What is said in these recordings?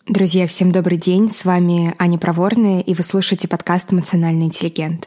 Друзья, всем добрый день, с вами Аня Проворная, и вы слушаете подкаст «Эмоциональный интеллигент».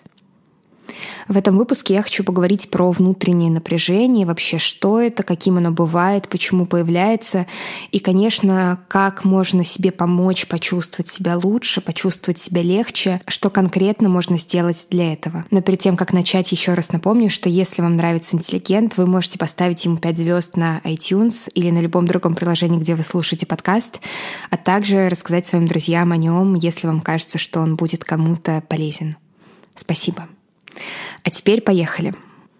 В этом выпуске я хочу поговорить про внутреннее напряжение, вообще что это, каким оно бывает, почему появляется, и, конечно, как можно себе помочь почувствовать себя лучше, почувствовать себя легче, что конкретно можно сделать для этого. Но перед тем, как начать, еще раз напомню, что если вам нравится интеллигент, вы можете поставить ему 5 звезд на iTunes или на любом другом приложении, где вы слушаете подкаст, а также рассказать своим друзьям о нем, если вам кажется, что он будет кому-то полезен. Спасибо. А теперь поехали.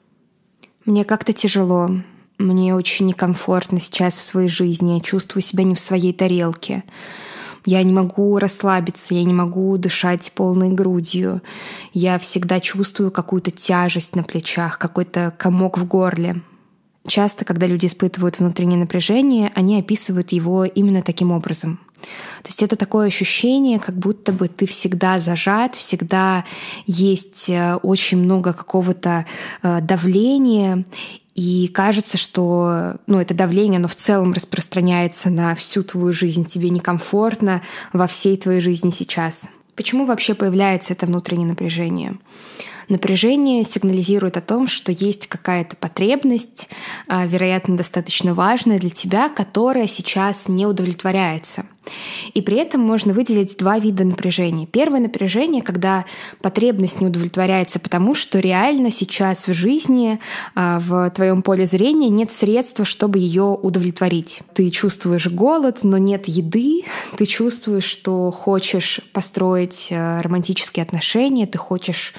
Мне как-то тяжело. Мне очень некомфортно сейчас в своей жизни. Я чувствую себя не в своей тарелке. Я не могу расслабиться, я не могу дышать полной грудью. Я всегда чувствую какую-то тяжесть на плечах, какой-то комок в горле. Часто, когда люди испытывают внутреннее напряжение, они описывают его именно таким образом. То есть это такое ощущение, как будто бы ты всегда зажат, всегда есть очень много какого-то давления, и кажется, что это давление, оно в целом распространяется на всю твою жизнь, тебе некомфортно во всей твоей жизни сейчас. Почему вообще появляется это внутреннее напряжение? Напряжение сигнализирует о том, что есть какая-то потребность, вероятно, достаточно важная для тебя, которая сейчас не удовлетворяется. И при этом можно выделить два вида напряжения. Первое напряжение, когда потребность не удовлетворяется, потому что реально сейчас в жизни, в твоем поле зрения нет средства, чтобы ее удовлетворить. Ты чувствуешь голод, но нет еды. Ты чувствуешь, что хочешь построить романтические отношения, ты хочешь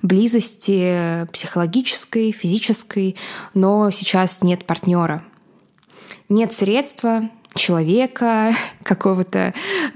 близости психологической, физической, но сейчас нет партнера. Нет средства, человека, какого-то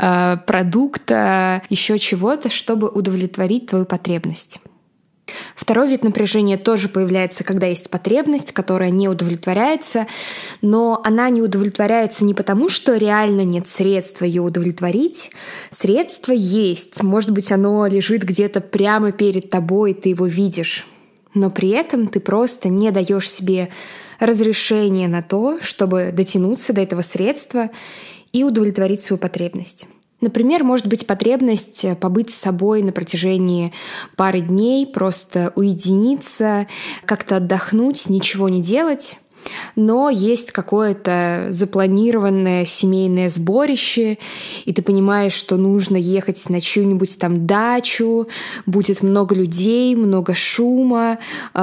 продукта, еще чего-то, чтобы удовлетворить твою потребность. Второй вид напряжения тоже появляется, когда есть потребность, которая не удовлетворяется, но она не удовлетворяется не потому, что реально нет средства ее удовлетворить. Средство есть, может быть, оно лежит где-то прямо перед тобой, ты его видишь, но при этом ты просто не даешь себе разрешение на то, чтобы дотянуться до этого средства и удовлетворить свою потребность. Например, может быть потребность побыть с собой на протяжении пары дней, просто уединиться, как-то отдохнуть, ничего не делать. Но есть какое-то запланированное семейное сборище, и ты понимаешь, что нужно ехать на чью-нибудь там дачу, будет много людей, много шума,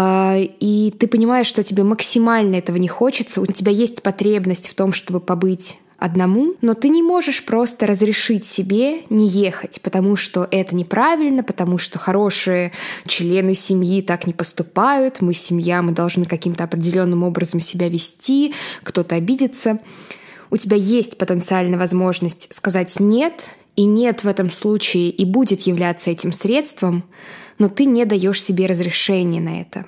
и ты понимаешь, что тебе максимально этого не хочется, у тебя есть потребность в том, чтобы побыть одному, но ты не можешь просто разрешить себе не ехать, потому что это неправильно, потому что хорошие члены семьи так не поступают, мы семья, мы должны каким-то определенным образом себя вести, кто-то обидится. У тебя есть потенциальная возможность сказать «нет», и «нет» в этом случае и будет являться этим средством, но ты не даешь себе разрешения на это.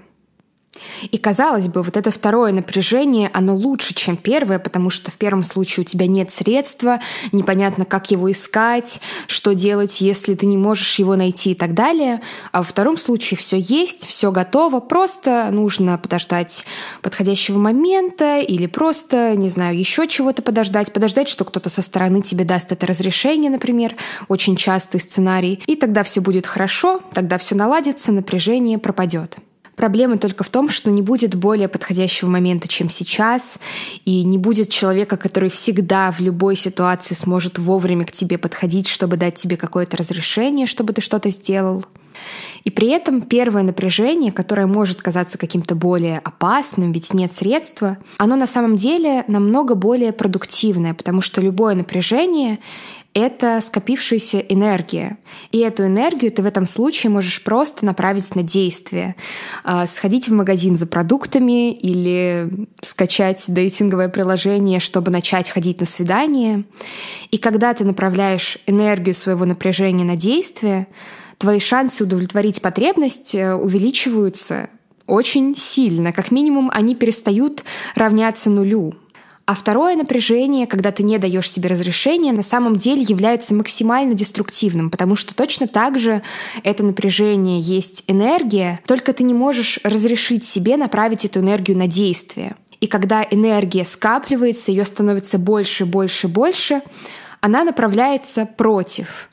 И казалось бы, вот это второе напряжение, оно лучше, чем первое, потому что в первом случае у тебя нет средства, непонятно, как его искать, что делать, если ты не можешь его найти и так далее. А во втором случае все есть, все готово, просто нужно подождать подходящего момента или просто, не знаю, еще чего-то подождать, что кто-то со стороны тебе даст это разрешение, например, очень частый сценарий, и тогда все будет хорошо, тогда все наладится, напряжение пропадет. Проблема только в том, что не будет более подходящего момента, чем сейчас, и не будет человека, который всегда в любой ситуации сможет вовремя к тебе подходить, чтобы дать тебе какое-то разрешение, чтобы ты что-то сделал. И при этом первое напряжение, которое может казаться каким-то более опасным, ведь нет средства, оно на самом деле намного более продуктивное, потому что любое напряжение — это скопившаяся энергия. И эту энергию ты в этом случае можешь просто направить на действие. Сходить в магазин за продуктами или скачать дейтинговое приложение, чтобы начать ходить на свидание. И когда ты направляешь энергию своего напряжения на действие, твои шансы удовлетворить потребность увеличиваются очень сильно. Как минимум, они перестают равняться нулю. А второе напряжение, когда ты не даешь себе разрешения, на самом деле является максимально деструктивным, потому что точно так же это напряжение есть энергия, только ты не можешь разрешить себе направить эту энергию на действие. И когда энергия скапливается, ее становится больше, больше, больше, она направляется против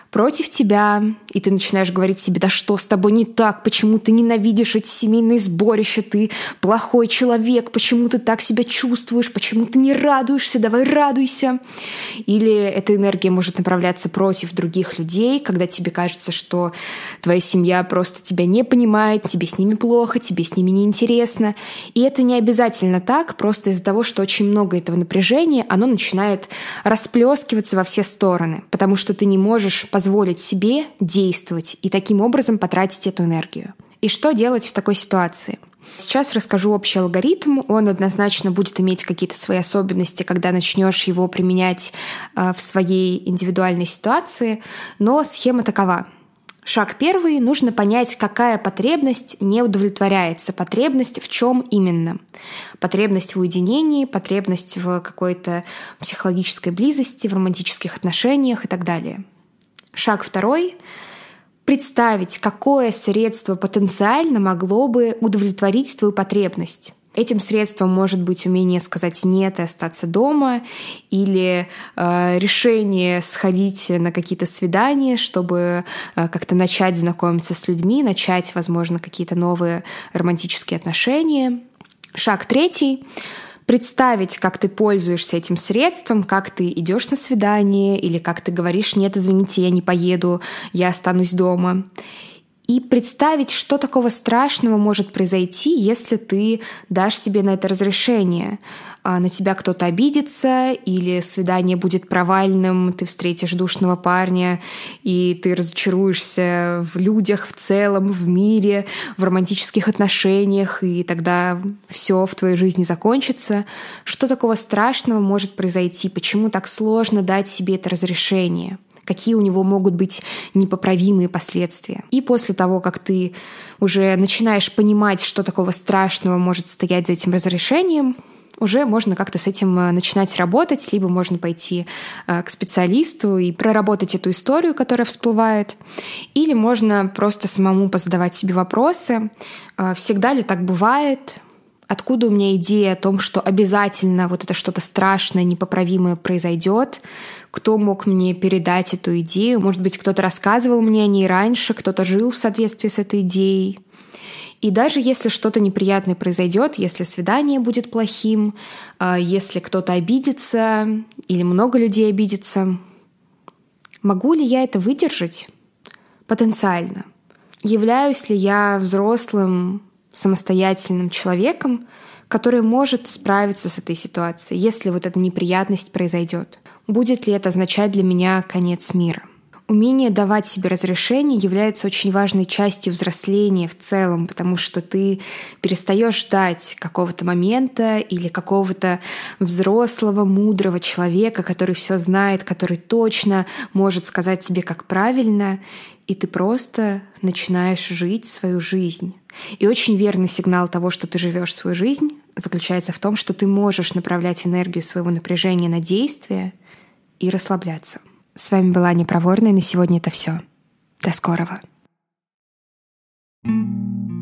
тебя, и ты начинаешь говорить себе: да что с тобой не так, почему ты ненавидишь эти семейные сборища, ты плохой человек, почему ты так себя чувствуешь, почему ты не радуешься, давай радуйся. Или эта энергия может направляться против других людей, когда тебе кажется, что твоя семья просто тебя не понимает, тебе с ними плохо, тебе с ними неинтересно. И это не обязательно так, просто из-за того, что очень много этого напряжения, оно начинает расплескиваться во все стороны, потому что ты не можешь позволить себе действовать и таким образом потратить эту энергию. И что делать в такой ситуации? Сейчас расскажу общий алгоритм. Он однозначно будет иметь какие-то свои особенности, когда начнешь его применять в своей индивидуальной ситуации, но схема такова. Шаг первый. Нужно понять, какая потребность не удовлетворяется. Потребность в чем именно? Потребность в уединении, потребность в какой-то психологической близости, в романтических отношениях и так далее. Шаг второй — представить, какое средство потенциально могло бы удовлетворить твою потребность. Этим средством может быть умение сказать «нет» и остаться дома, или решение сходить на какие-то свидания, чтобы как-то начать знакомиться с людьми, начать, возможно, какие-то новые романтические отношения. Шаг третий — представить, как ты пользуешься этим средством, как ты идешь на свидание или как ты говоришь «нет, извините, я не поеду, я останусь дома». И представить, что такого страшного может произойти, если ты дашь себе на это разрешение. На тебя кто-то обидится, или свидание будет провальным, ты встретишь душного парня, и ты разочаруешься в людях в целом, в мире, в романтических отношениях, и тогда все в твоей жизни закончится. Что такого страшного может произойти? Почему так сложно дать себе это разрешение? Какие у него могут быть непоправимые последствия. И после того, как ты уже начинаешь понимать, что такого страшного может стоять за этим разрешением, уже можно как-то с этим начинать работать, либо можно пойти к специалисту и проработать эту историю, которая всплывает, или можно просто самому позадавать себе вопросы, всегда ли так бывает, откуда у меня идея о том, что обязательно вот это что-то страшное, непоправимое произойдет, кто мог мне передать эту идею, может быть, кто-то рассказывал мне о ней раньше, кто-то жил в соответствии с этой идеей. И даже если что-то неприятное произойдет, если свидание будет плохим, если кто-то обидится или много людей обидится, могу ли я это выдержать потенциально? Являюсь ли я взрослым, самостоятельным человеком, который может справиться с этой ситуацией, если вот эта неприятность произойдет? Будет ли это означать для меня конец мира? Умение давать себе разрешение является очень важной частью взросления в целом, потому что ты перестаешь ждать какого-то момента или какого-то взрослого, мудрого человека, который все знает, который точно может сказать тебе, как правильно, и ты просто начинаешь жить свою жизнь. И очень верный сигнал того, что ты живешь свою жизнь, заключается в том, что ты можешь направлять энергию своего напряжения на действие и расслабляться. С вами была Аня Проворная, и на сегодня это все. До скорого.